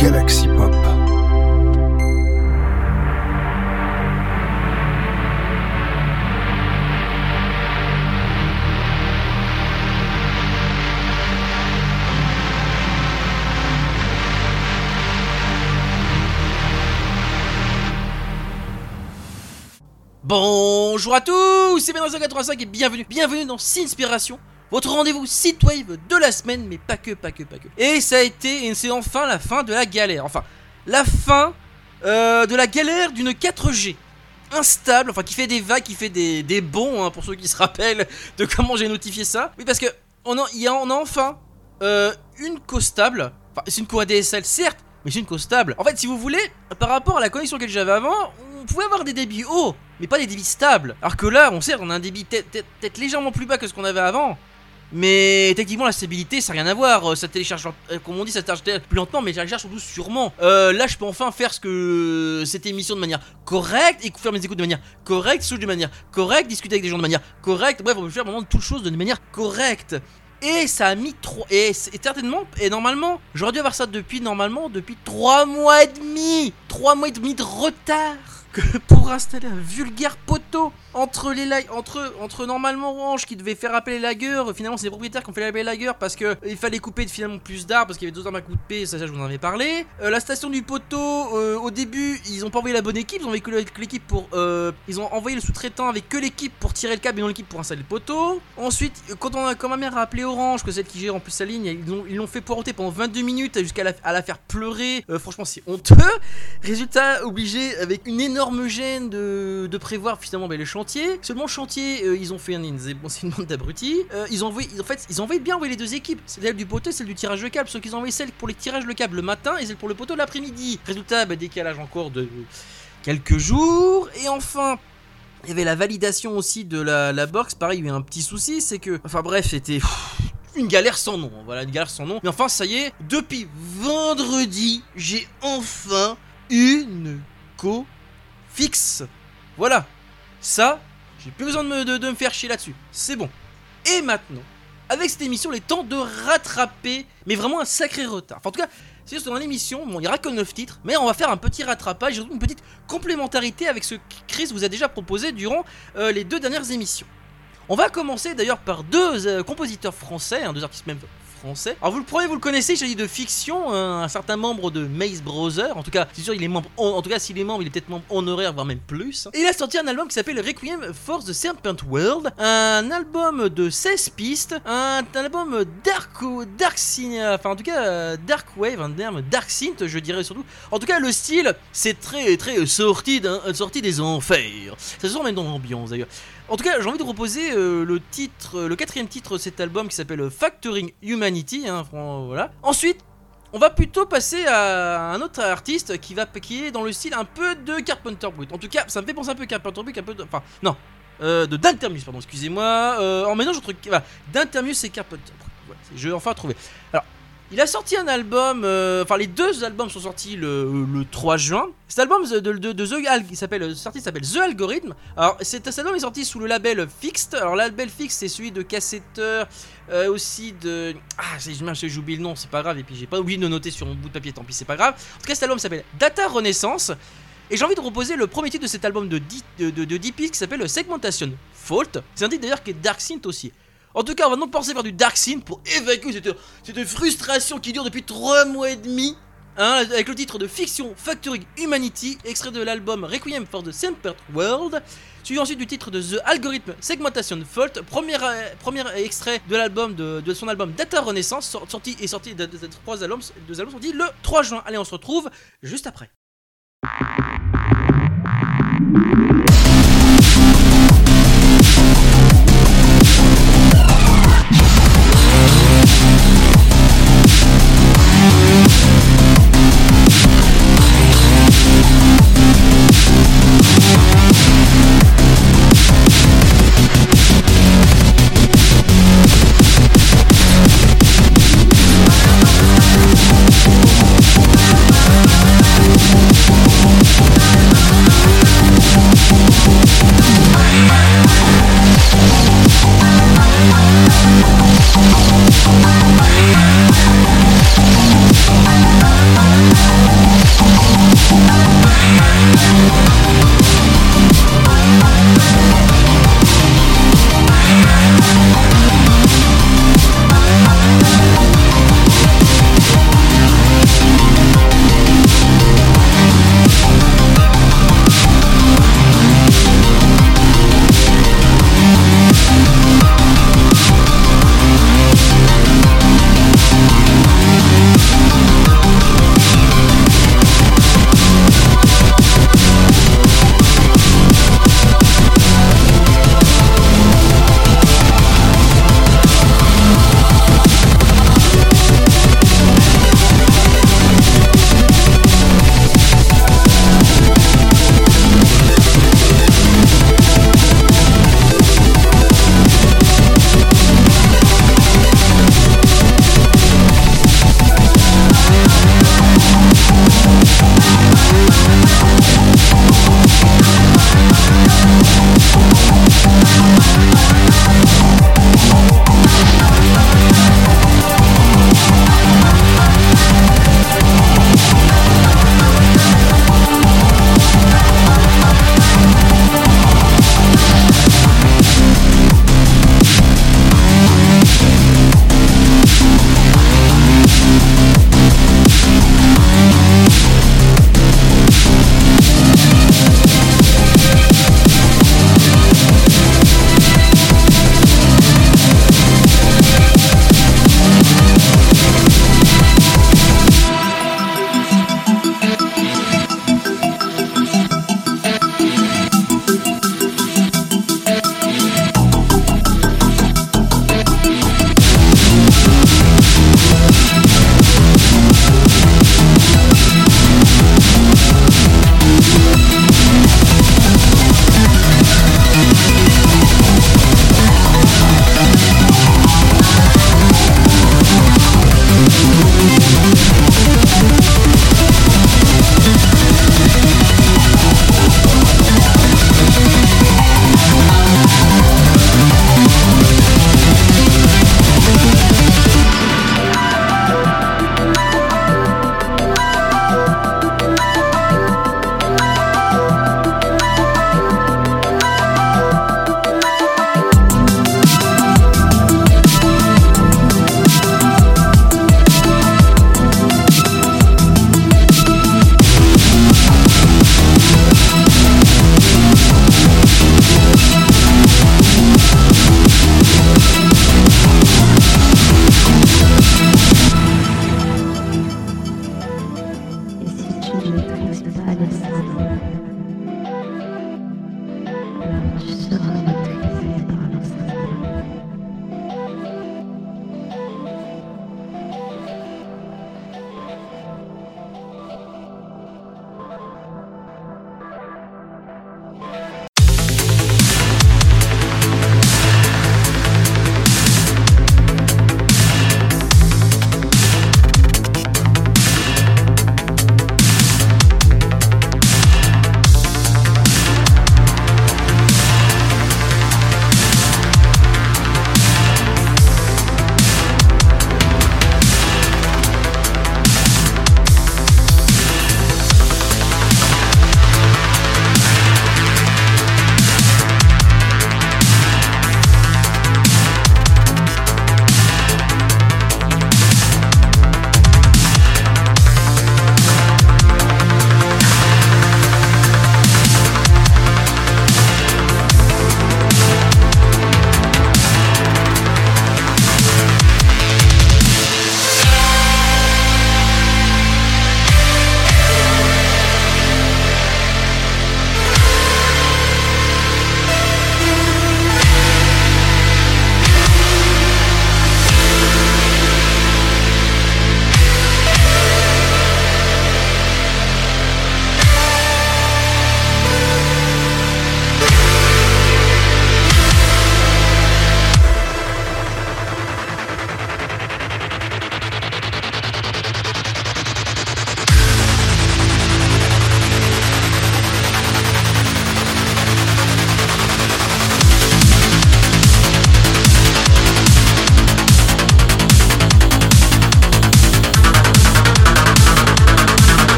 Galaxy Pop. Bonjour à tous, c'est Ben85 et bienvenue dans Sinspiration, votre rendez-vous synthwave de la semaine, mais pas que. Et ça a été, et c'est enfin la fin de la galère, la fin de la galère d'une 4G instable, qui fait des vagues, qui fait des bonds, pour ceux qui se rappellent de comment j'ai notifié ça. Oui, parce que on a enfin une co-stable, c'est une co-ADSL certes, mais c'est une co-stable. En fait, si vous voulez, par rapport à la connexion que j'avais avant, on pouvait avoir des débits hauts, mais pas des débits stables. Alors que là, on a un débit peut-être légèrement plus bas que ce qu'on avait avant. Mais techniquement, la stabilité, ça n'a rien à voir. Ça télécharge, comme on dit, ça télécharge plus lentement, mais ça télécharge surtout sûrement. Là, je peux enfin faire cette émission de manière correcte, et faire mes écoutes de manière correcte, switch de manière correcte, discuter avec des gens de manière correcte. Bref, on peut faire vraiment toutes choses de manière correcte. Et ça a mis 3... Et certainement... Et normalement... J'aurais dû avoir ça depuis 3 mois et demi. 3 mois et demi de retard pour installer un vulgaire poteau entre normalement Orange qui devait faire appeler les lagueurs. Finalement c'est les propriétaires qui ont fait appeler les lagueurs parce que il fallait couper finalement plus d'arbres parce qu'il y avait 2 arbres à couper, ça je vous en avais parlé. La station du poteau, au début ils ont pas envoyé la bonne équipe, ils ont envoyé que l'équipe pour ils ont envoyé le sous-traitant avec que l'équipe pour tirer le câble et non l'équipe pour installer le poteau. Ensuite quand ma mère a appelé Orange, que celle qui gère en plus sa ligne, ils l'ont fait poireauter pendant 22 minutes jusqu'à la faire pleurer. Franchement c'est honteux. Résultat obligé avec une énorme gêne de prévoir finalement les chantiers. Seulement chantier, ils ont fait c'est une bande d'abrutis. Ils ont envoyé bien les 2 équipes, celle du poteau et celle du tirage de câble, sauf qu'ils ont envoyé celle pour les tirages de câble le matin et celle pour le poteau l'après-midi. Résultat, décalage encore de quelques jours. Et enfin, il y avait la validation aussi de la box. Pareil, il y a eu un petit souci, c'est que... bref, c'était... une galère sans nom, une galère sans nom. Mais enfin, ça y est, depuis vendredi, j'ai enfin une co fixe. Voilà. Ça, j'ai plus besoin de me faire chier là-dessus. C'est bon. Et maintenant, avec cette émission, il est temps de rattraper, mais vraiment un sacré retard. En tout cas, c'est juste dans l'émission, il n'y aura que 9 titres, mais on va faire un petit rattrapage, une petite complémentarité avec ce que Chris vous a déjà proposé durant les 2 dernières émissions. On va commencer d'ailleurs par 2 compositeurs français, 2 artistes même français. Alors vous le connaissez, il s'agit de Fiction, un certain membre de Maze Brother. En tout cas, c'est sûr, il est membre. En tout cas, s'il est membre, il est peut-être membre honoraire, voire même plus. Et il a sorti un album qui s'appelle Requiem for the Serpent World, un album de 16 pistes, un album dark wave, un terme dark synth, je dirais surtout. En tout cas, le style, c'est très sorti des enfers. Ça se sent même dans l'ambiance d'ailleurs. En tout cas, j'ai envie de proposer le 4ème titre de cet album qui s'appelle Factoring Humanity. Voilà. Ensuite, on va plutôt passer à un autre artiste qui est dans le style un peu de Carpenter Brut. En tout cas, ça me fait penser un peu Carpenter Brut, de D'Intermus, pardon, excusez-moi. En mélange entre D'Intermus et Carpenter Brut. Voilà, je vais enfin trouver. Alors, il a sorti un album, les 2 albums sont sortis le 3 juin. Cet album s'appelle The Algorithm. Alors cet album est sorti sous le label Fixed. Alors le label Fixed, c'est celui de Cassetteur, aussi de... j'ai oublié le nom, c'est pas grave. Et puis j'ai pas oublié de le noter sur mon bout de papier, tant pis, c'est pas grave. En tout cas cet album s'appelle Data Renaissance. Et j'ai envie de proposer le premier titre de cet album de Deep East qui s'appelle Segmentation Fault. C'est un titre d'ailleurs qui est Dark Synth aussi. En tout cas, on va donc penser vers du Dark Synth pour évacuer cette frustration qui dure depuis 3 mois et demi, avec le titre de Fiction Factoring Humanity, extrait de l'album Requiem for the Serpent World, suivi ensuite du titre de The Algorithm Segmentation Fault, premier extrait de l'album de son album Data Renaissance, sorti de 2 albums sortis le 3 juin. Allez, on se retrouve juste après.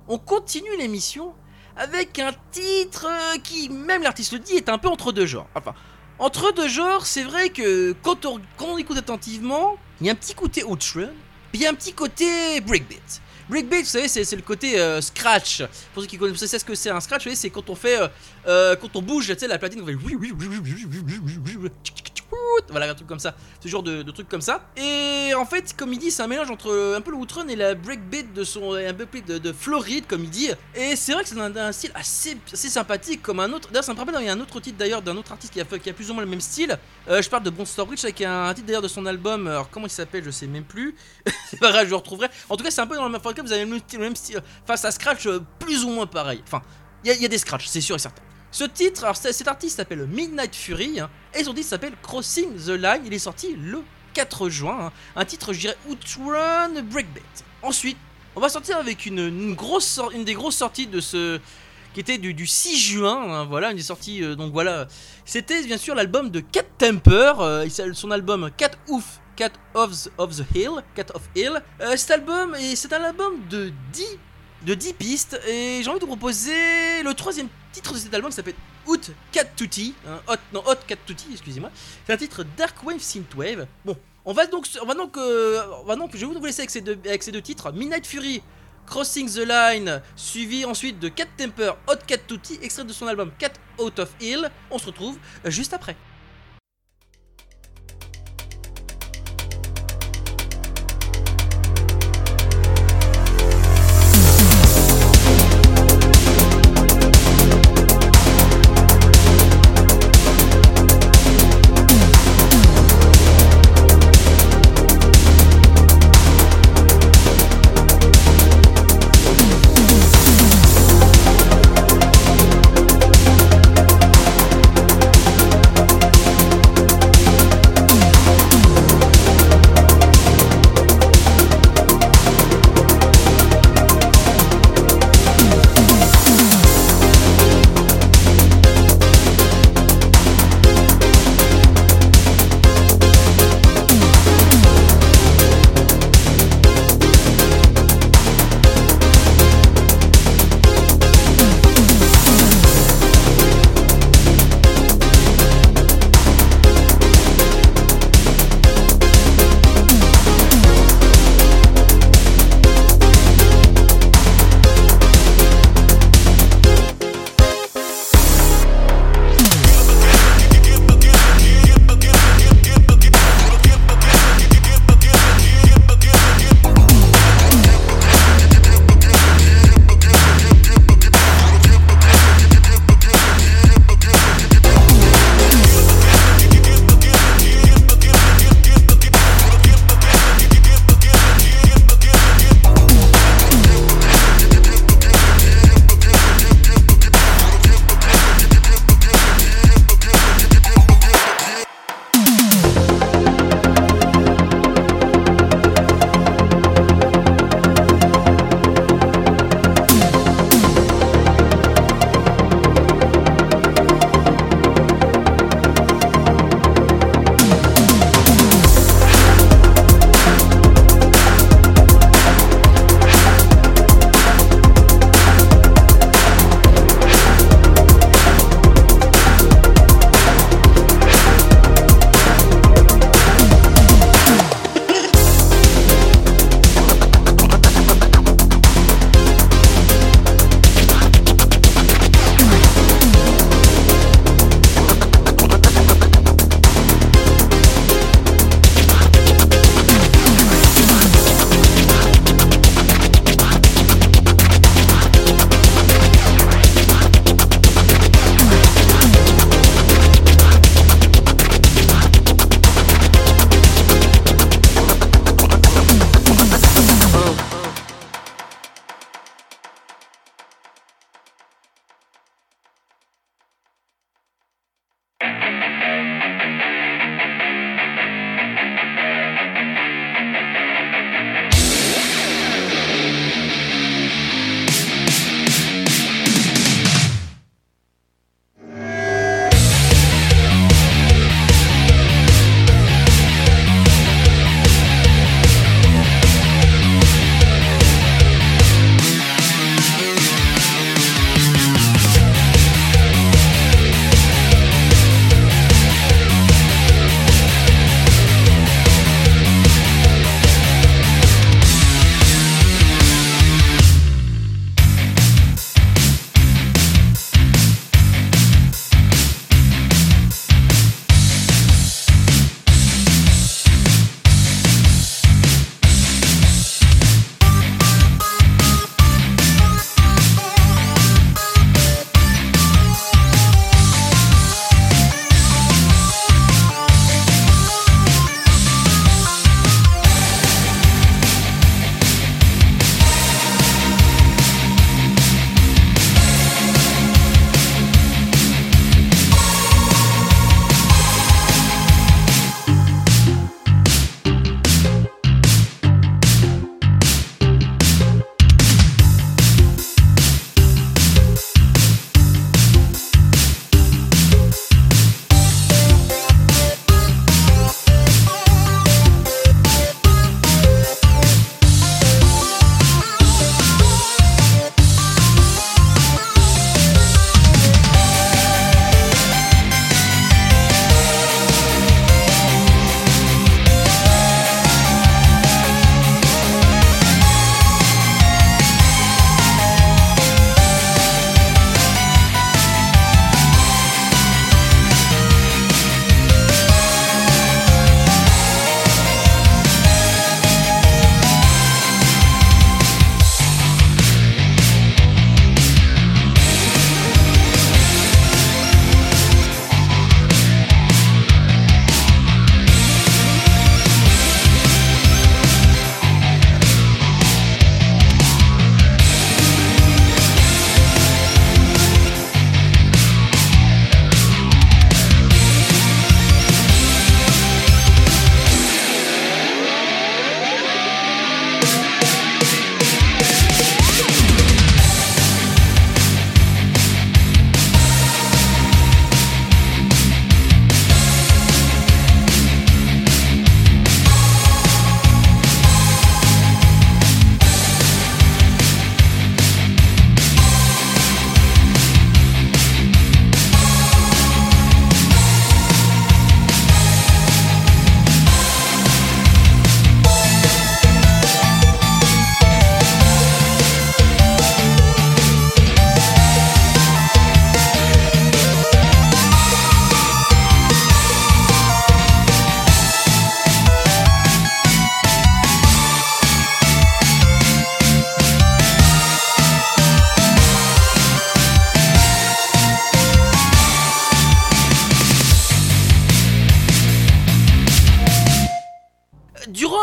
on continue l'émission avec un titre qui, même l'artiste le dit, est un peu entre deux genres. Enfin, entre deux genres, c'est vrai que quand on écoute attentivement, il y a un petit côté outrun, puis il y a un petit côté breakbeat. Breakbeat, vous savez, c'est le côté scratch. Pour ceux qui connaissent, c'est ce que c'est un scratch, vous savez, c'est quand on fait, quand on bouge, tu sais, la platine, on fait voilà, un truc comme ça, ce genre de truc comme ça. Et en fait, comme il dit, c'est un mélange entre un peu le outrun et la breakbeat de son, un peu plus de Floride, comme il dit. Et c'est vrai que c'est un style assez sympathique, comme un autre. D'ailleurs, ça me rappelle, il y a un autre titre d'ailleurs d'un autre artiste qui a plus ou moins le même style. Je parle de Monster Bridge avec un titre d'ailleurs de son album. Alors comment il s'appelle, je sais même plus. C'est pas grave, je le retrouverai. En tout cas, c'est un peu dans le même cas, vous avez le même style. Enfin, ça scratch plus ou moins pareil. Enfin, il y a des scratchs, c'est sûr et certain. Ce titre, alors cet artiste s'appelle Midnight Fury, hein, et son titre s'appelle Crossing the Line. Il est sorti le 4 juin, hein, un titre, je dirais, outrun breakbeat. Ensuite, on va sortir avec une des grosses sorties de ce, qui était du 6 juin, hein, voilà, une des sorties, donc voilà, c'était bien sûr l'album de Cat Temper, son album Cat of the Hill. Cet album, c'est un album de 10 pistes, et j'ai envie de vous proposer le troisième titre de cet album qui s'appelle Hot Cat Tutti, excusez-moi. C'est un titre Dark Wave Synthwave. Bon, on va donc, je vais vous laisser avec ces deux titres, Midnight Fury, Crossing the Line, suivi ensuite de Cat Temper, Hot Cat Tutti, extrait de son album Cat Out of Hill. On se retrouve juste après.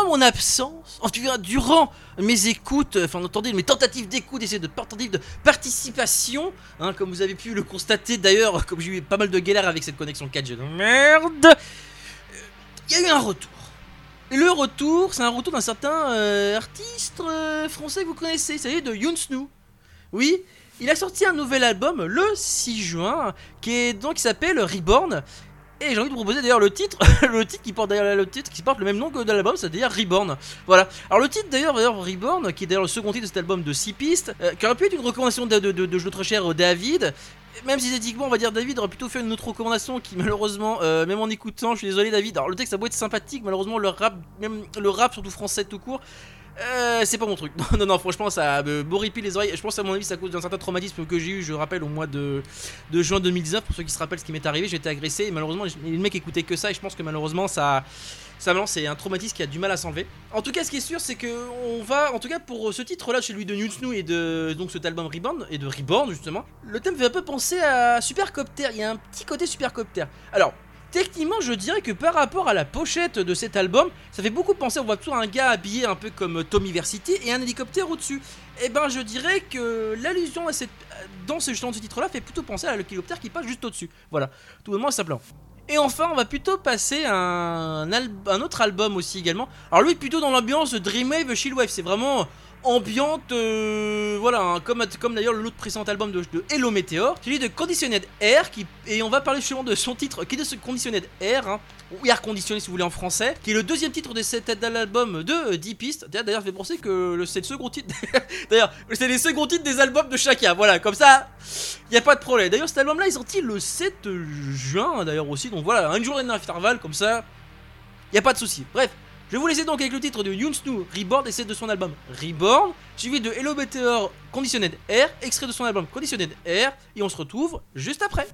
mon absence, en tout cas durant mes écoutes, enfin entendez mes tentatives d'écoute, tentatives de participation, hein, comme vous avez pu le constater d'ailleurs, comme j'ai eu pas mal de galères avec cette connexion 4G de merde, il y a eu un retour. Et le retour, c'est un retour d'un certain artiste français que vous connaissez, il s'agit de Youn Snoo. Oui, il a sorti un nouvel album le 6 juin, qui s'appelle Reborn. Et j'ai envie de vous proposer d'ailleurs le titre, qui porte le même nom que de l'album, c'est-à-dire Reborn. Voilà. Alors le titre d'ailleurs Reborn, qui est d'ailleurs le second titre de cet album de 6 pistes, qui aurait pu être une recommandation de notre cher David. Même si éthiquement on va dire David aurait plutôt fait une autre recommandation qui malheureusement, même en écoutant, je suis désolé David, alors le texte ça doit être sympathique, malheureusement le rap surtout français tout court, c'est pas mon truc. Non, franchement, ça m'horripile les oreilles. Je pense à mon avis, c'est à cause d'un certain traumatisme que j'ai eu. Je rappelle au mois de juin 2019. Pour ceux qui se rappellent ce qui m'est arrivé, j'ai été agressé. Et malheureusement, le mec écoutait que ça. Et je pense que malheureusement, c'est un traumatisme qui a du mal à s'enlever. En tout cas, ce qui est sûr, c'est que on va, en tout cas pour ce titre-là, celui de Youn Snoo et de donc cet album Reborn et de Reborn justement, le thème fait un peu penser à Supercopter. Il y a un petit côté Supercopter. Alors. Techniquement, je dirais que par rapport à la pochette de cet album, ça fait beaucoup penser, on voit toujours un gars habillé un peu comme Tomiversity et un hélicoptère au-dessus. Et ben je dirais que l'allusion dans ce titre-là fait plutôt penser à l'hélicoptère qui passe juste au-dessus. Voilà, tout bonnement et simplement. Et enfin, on va plutôt passer à un autre album aussi également. Alors lui, plutôt dans l'ambiance Dreamwave, Chillwave, c'est vraiment ambiante, voilà, hein, comme d'ailleurs l'autre précédent album de Hello Meteor, celui de Conditioned Air, et on va parler justement de son titre, qui est de ce Conditioned Air, hein, ou Air Conditionné si vous voulez en français, qui est le deuxième titre de cet album de 10 pistes. D'ailleurs, ça fait penser que c'est le second titre, d'ailleurs, c'est les seconds titres des albums de chacun, voilà, comme ça, y a pas de problème. D'ailleurs, cet album-là est sorti le 7 juin, d'ailleurs aussi, donc voilà, une journée d'intervalle, comme ça, y a pas de souci. Bref. Je vais vous laisser donc avec le titre de Youn Snoo, Reborn, et c'est de son album Reborn, suivi de Hello Meteor, Conditioned Air, extrait de son album Conditioned Air, et on se retrouve juste après.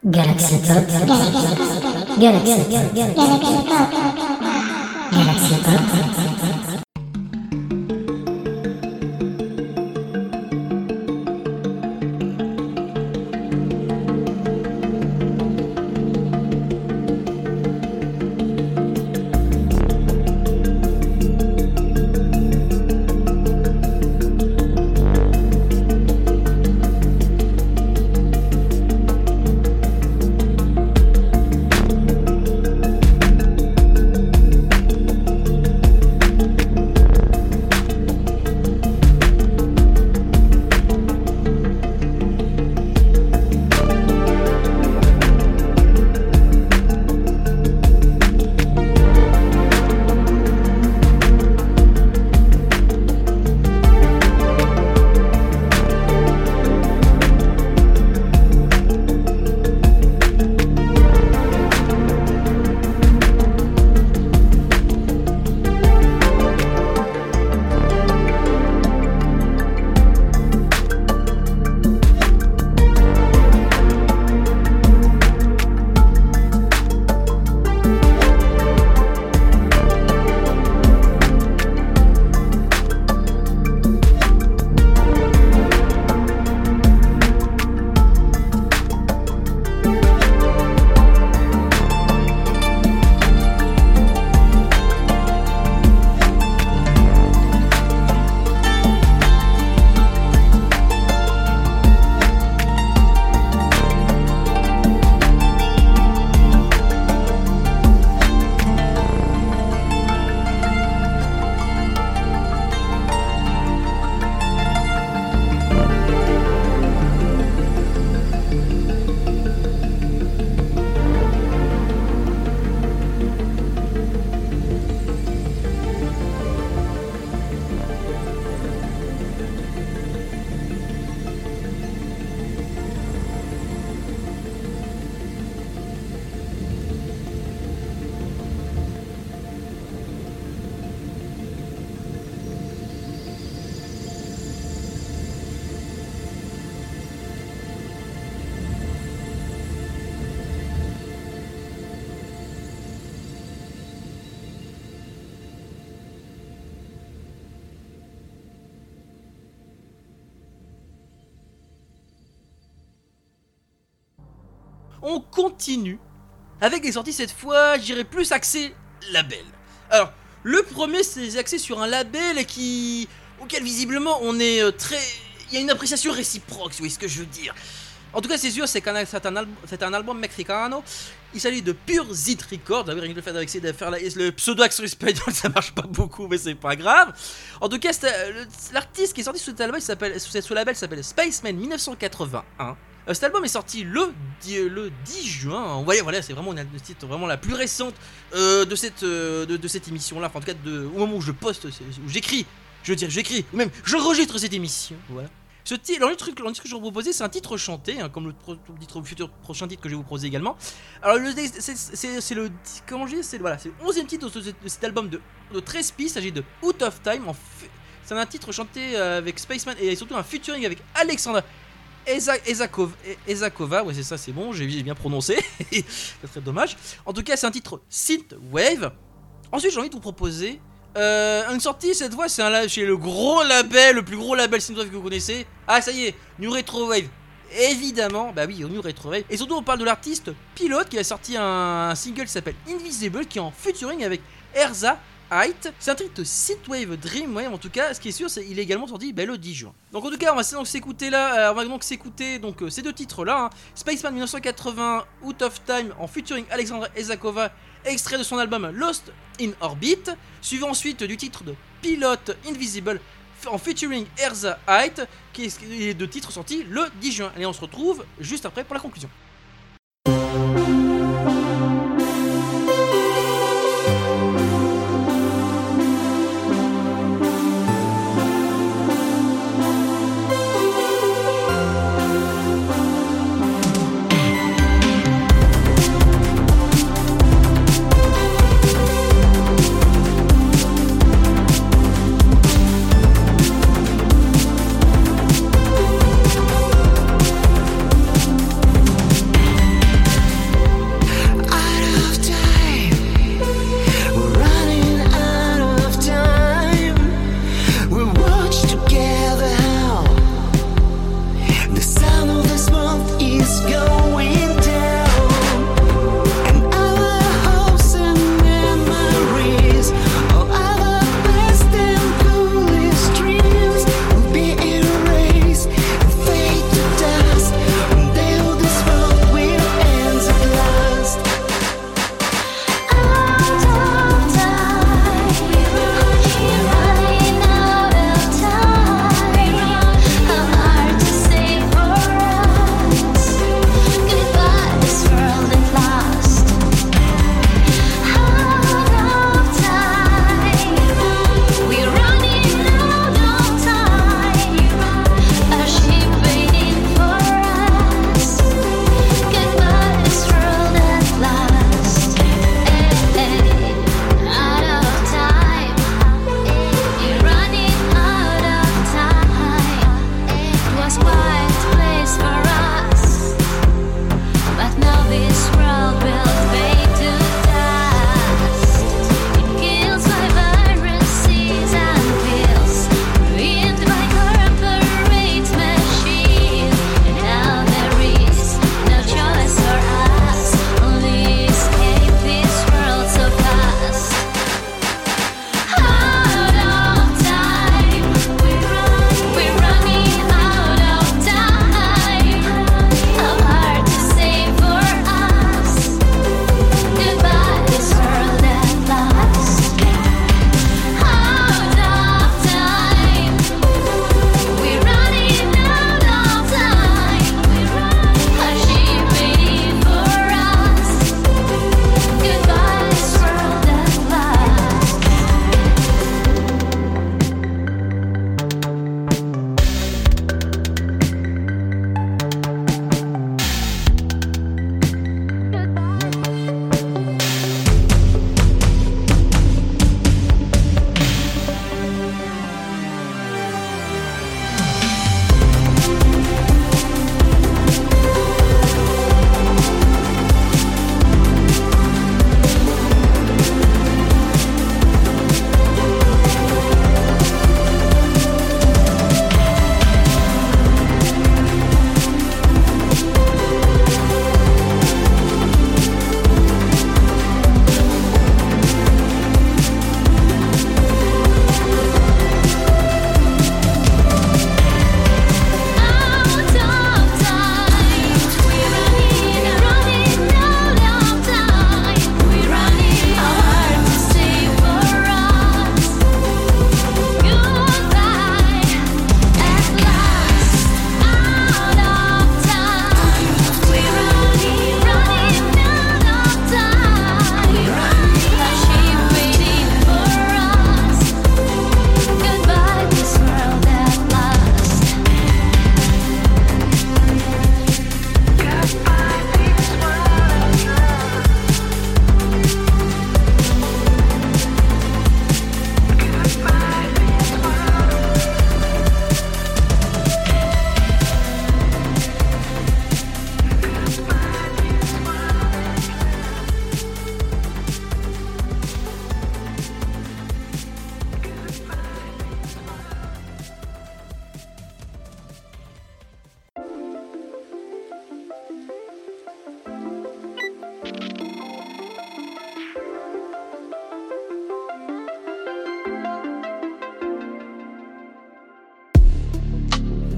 Galaxy Pop. Galaxy Pop. Galaxy Pop. On continue avec des sorties cette fois, j'irai plus axé label. Alors, le premier c'est axé sur un label auquel visiblement on est très... Il y a une appréciation réciproque, si vous voyez ce que je veux dire. En tout cas, c'est sûr, c'est un album mexicano. Il s'agit de Pure Zit Records. D'ailleurs, le fait de faire le pseudo-accent espagnol, ça marche pas beaucoup, mais c'est pas grave. En tout cas, l'artiste qui est sorti sous ce label s'appelle Spaceman 1981. Cet album est sorti le 10 juin. Voilà, c'est vraiment une titre vraiment la plus récente de cette émission-là. Enfin, en tout cas, au moment où je poste, où j'écris, ou même j'enregistre cette émission. Voilà. Le truc que je vais vous proposer, c'est un titre chanté, hein, comme le futur prochain titre que je vais vous proposer également. Alors, c'est le 11e titre de cet album de 13 pistes. Il s'agit de Out of Time. C'est un titre chanté avec Spaceman et surtout un featuring avec Alexandra Ezakova, ouais c'est ça, c'est bon, j'ai bien prononcé. C'est très dommage. En tout cas, c'est un titre synthwave. Ensuite, j'ai envie de vous proposer une sortie, cette fois, c'est chez le gros label, le plus gros label synthwave que vous connaissez. Ah, ça y est, New Retrowave. Évidemment, bah oui, New Retrowave. Et surtout, on parle de l'artiste Pilote qui a sorti un single qui s'appelle Invisible, qui est en featuring avec Erza Height. C'est un titre synthwave dreamwave, en tout cas. Ce qui est sûr, c'est qu'il est également sorti le 10 juin. Donc en tout cas, on va s'écouter ces deux titres là, hein. Spaceman 1980, Out of Time en featuring Alexandra Ezakova, extrait de son album Lost in Orbit, suivant ensuite du titre de Pilote Invisible en featuring Erza Height, qui est les deux titres sortis le 10 juin. Et on se retrouve juste après pour la conclusion.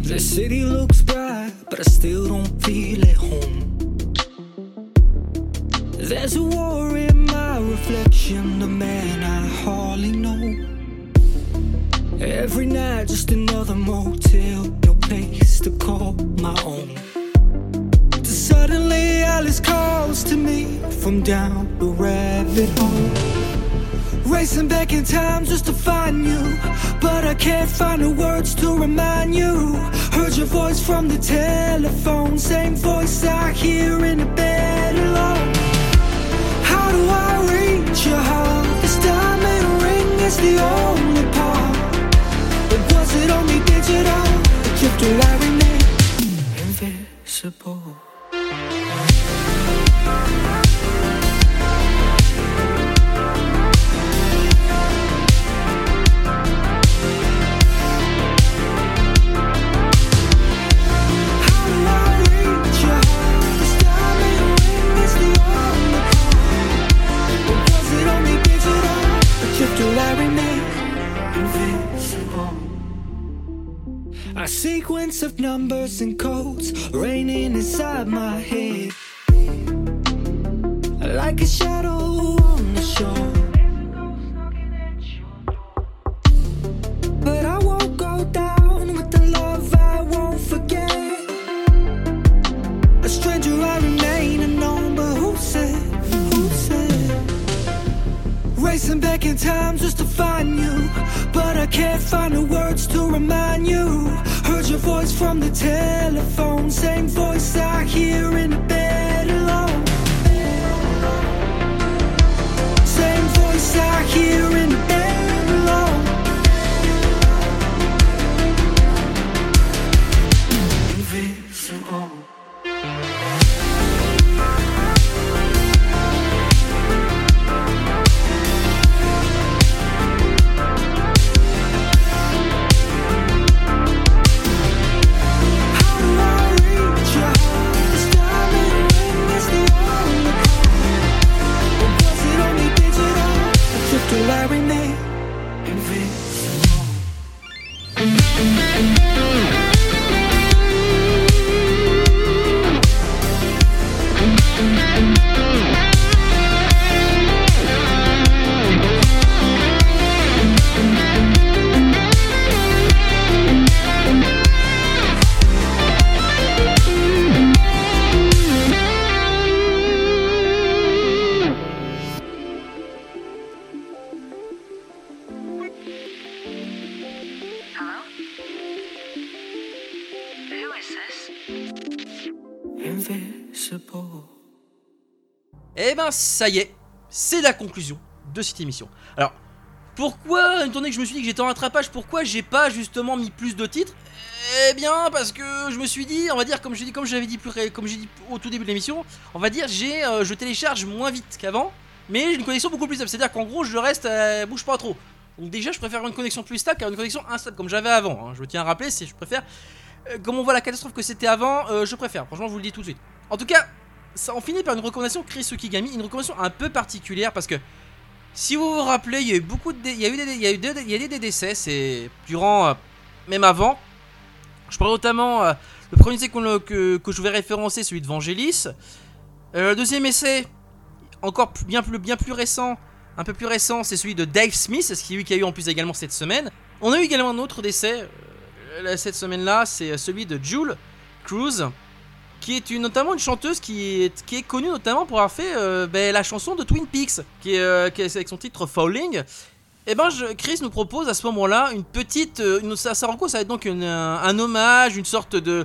The city looks bright, but I still don't feel at home. There's a war in my reflection, the man I hardly know. Every night just another motel, no place to call my own. Suddenly Alice calls to me from down the rabbit hole. Racing back in time just to find you, but I can't find the words to remind you. Heard your voice from the telephone, same voice I hear in the bed alone. How do I reach your heart? This diamond ring is the only part. But was it only digital? The gift will I remain invisible. A sequence of numbers and codes raining inside my head, like a shadow on the shore. But I won't go down with the love I won't forget. A stranger I remain unknown, but who said? Racing back in time just to find you, but I can't find the words to remind you. Heard your voice from the telephone, same voice I hear in the bed alone. Same voice I hear in the bed alone. Invisible. Till I remain invisible. Et ben ça y est, c'est la conclusion de cette émission. Alors, pourquoi, étant donné que je me suis dit que j'étais en rattrapage, pourquoi j'ai pas justement mis plus de titres? Eh bien parce que je me suis dit, on va dire, comme j'ai dit au tout début de l'émission, on va dire je télécharge moins vite qu'avant, mais j'ai une connexion beaucoup plus stable. C'est-à-dire qu'en gros je reste, bouge pas trop. Donc déjà je préfère une connexion plus stable qu'une connexion instable comme j'avais avant, hein. Je tiens à rappeler, je préfère, comme on voit la catastrophe que c'était avant, je préfère, franchement je vous le dis tout de suite. En tout cas, ça, on finit par une recommandation Chris Okigami, une recommandation un peu particulière parce que si vous vous rappelez, il y a eu des décès, c'est durant, même avant. Je parle notamment le premier essai que je vais référencer, celui de Vangelis. Le deuxième essai, encore bien plus récent, un peu plus récent, c'est celui de Dave Smith, c'est celui qui a eu en plus également cette semaine. On a eu également un autre décès cette semaine-là, c'est celui de Jules Cruz, qui est notamment une chanteuse qui est connue notamment pour avoir fait la chanson de Twin Peaks, qui est avec son titre Falling. Et ben Chris nous propose à ce moment-là une petite, ça va être donc un hommage, une sorte de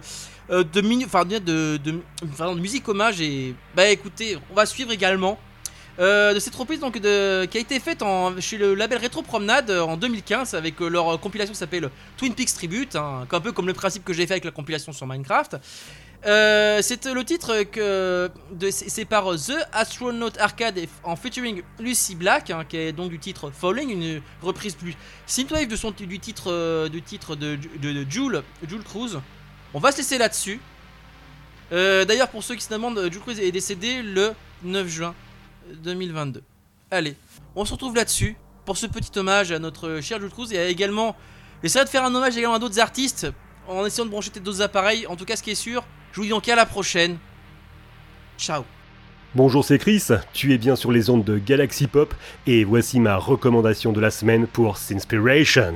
musique hommage. Et bah écoutez, on va suivre également de cette reprise donc qui a été faite chez le label Retro Promenade en 2015 avec leur compilation qui s'appelle Twin Peaks Tribute, hein, un peu comme le principe que j'ai fait avec la compilation sur Minecraft. C'est le titre c'est par The Astronaut Arcade en featuring Lucy Black, hein, qui est donc du titre Falling, une reprise plus synthwave du titre de Jules Cruz. On va se laisser là-dessus. D'ailleurs, pour ceux qui se demandent, Jules Cruz est décédé le 9 juin 2022. Allez, on se retrouve là-dessus pour ce petit hommage à notre cher Jules Cruz, et également j'essaierai de faire un hommage également à d'autres artistes en essayant de brancher tes deux appareils. En tout cas, ce qui est sûr, je vous dis donc à la prochaine. Ciao. Bonjour, c'est Chris, tu es bien sur les ondes de Galaxy Pop et voici ma recommandation de la semaine pour Sinspiration.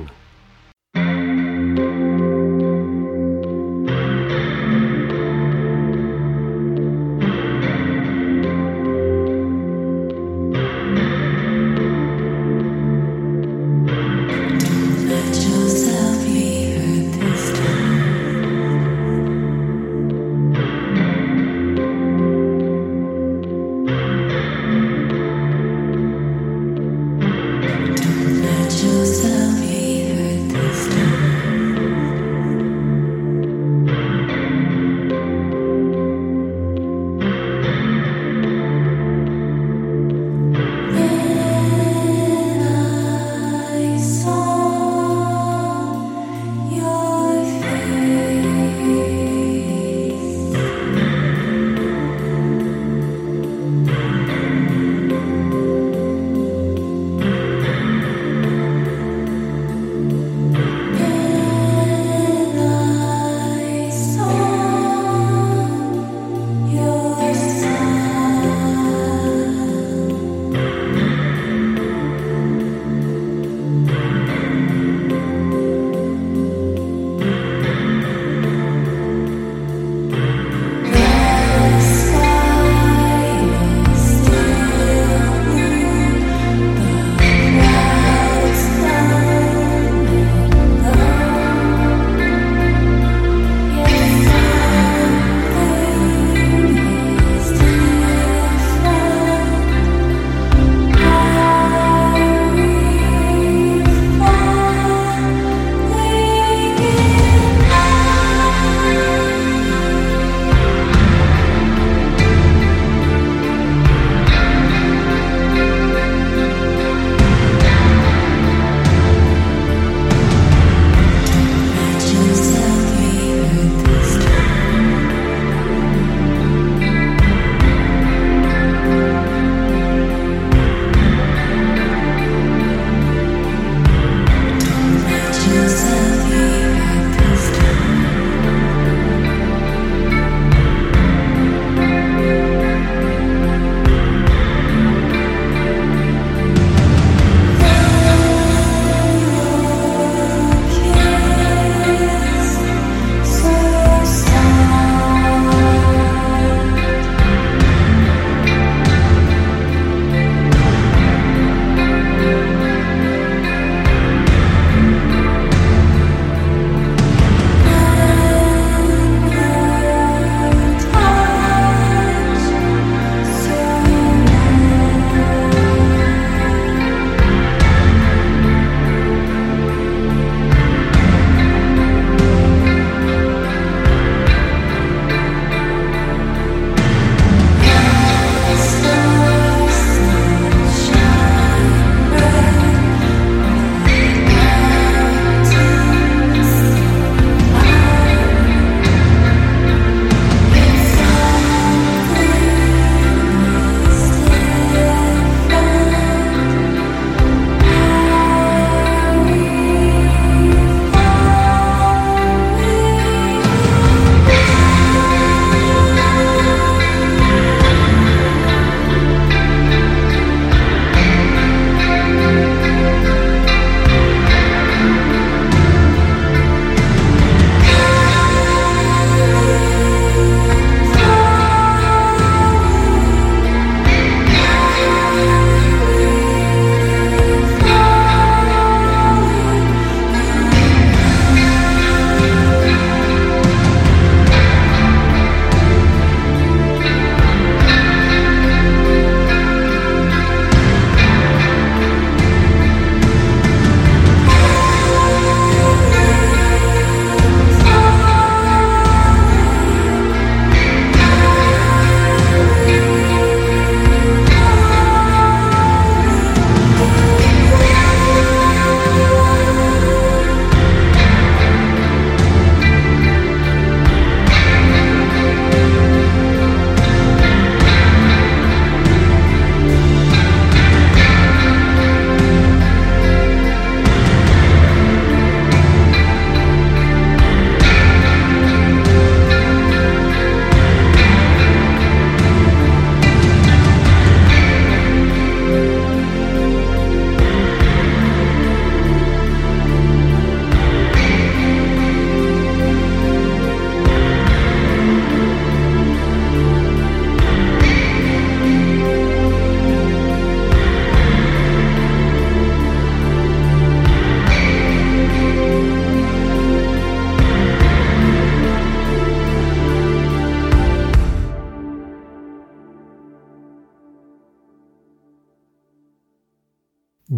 Yourself be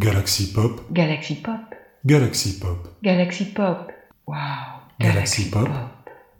Galaxy Pop. Galaxy Pop. Galaxy Pop. Galaxy Pop. Wow. Galaxy Pop.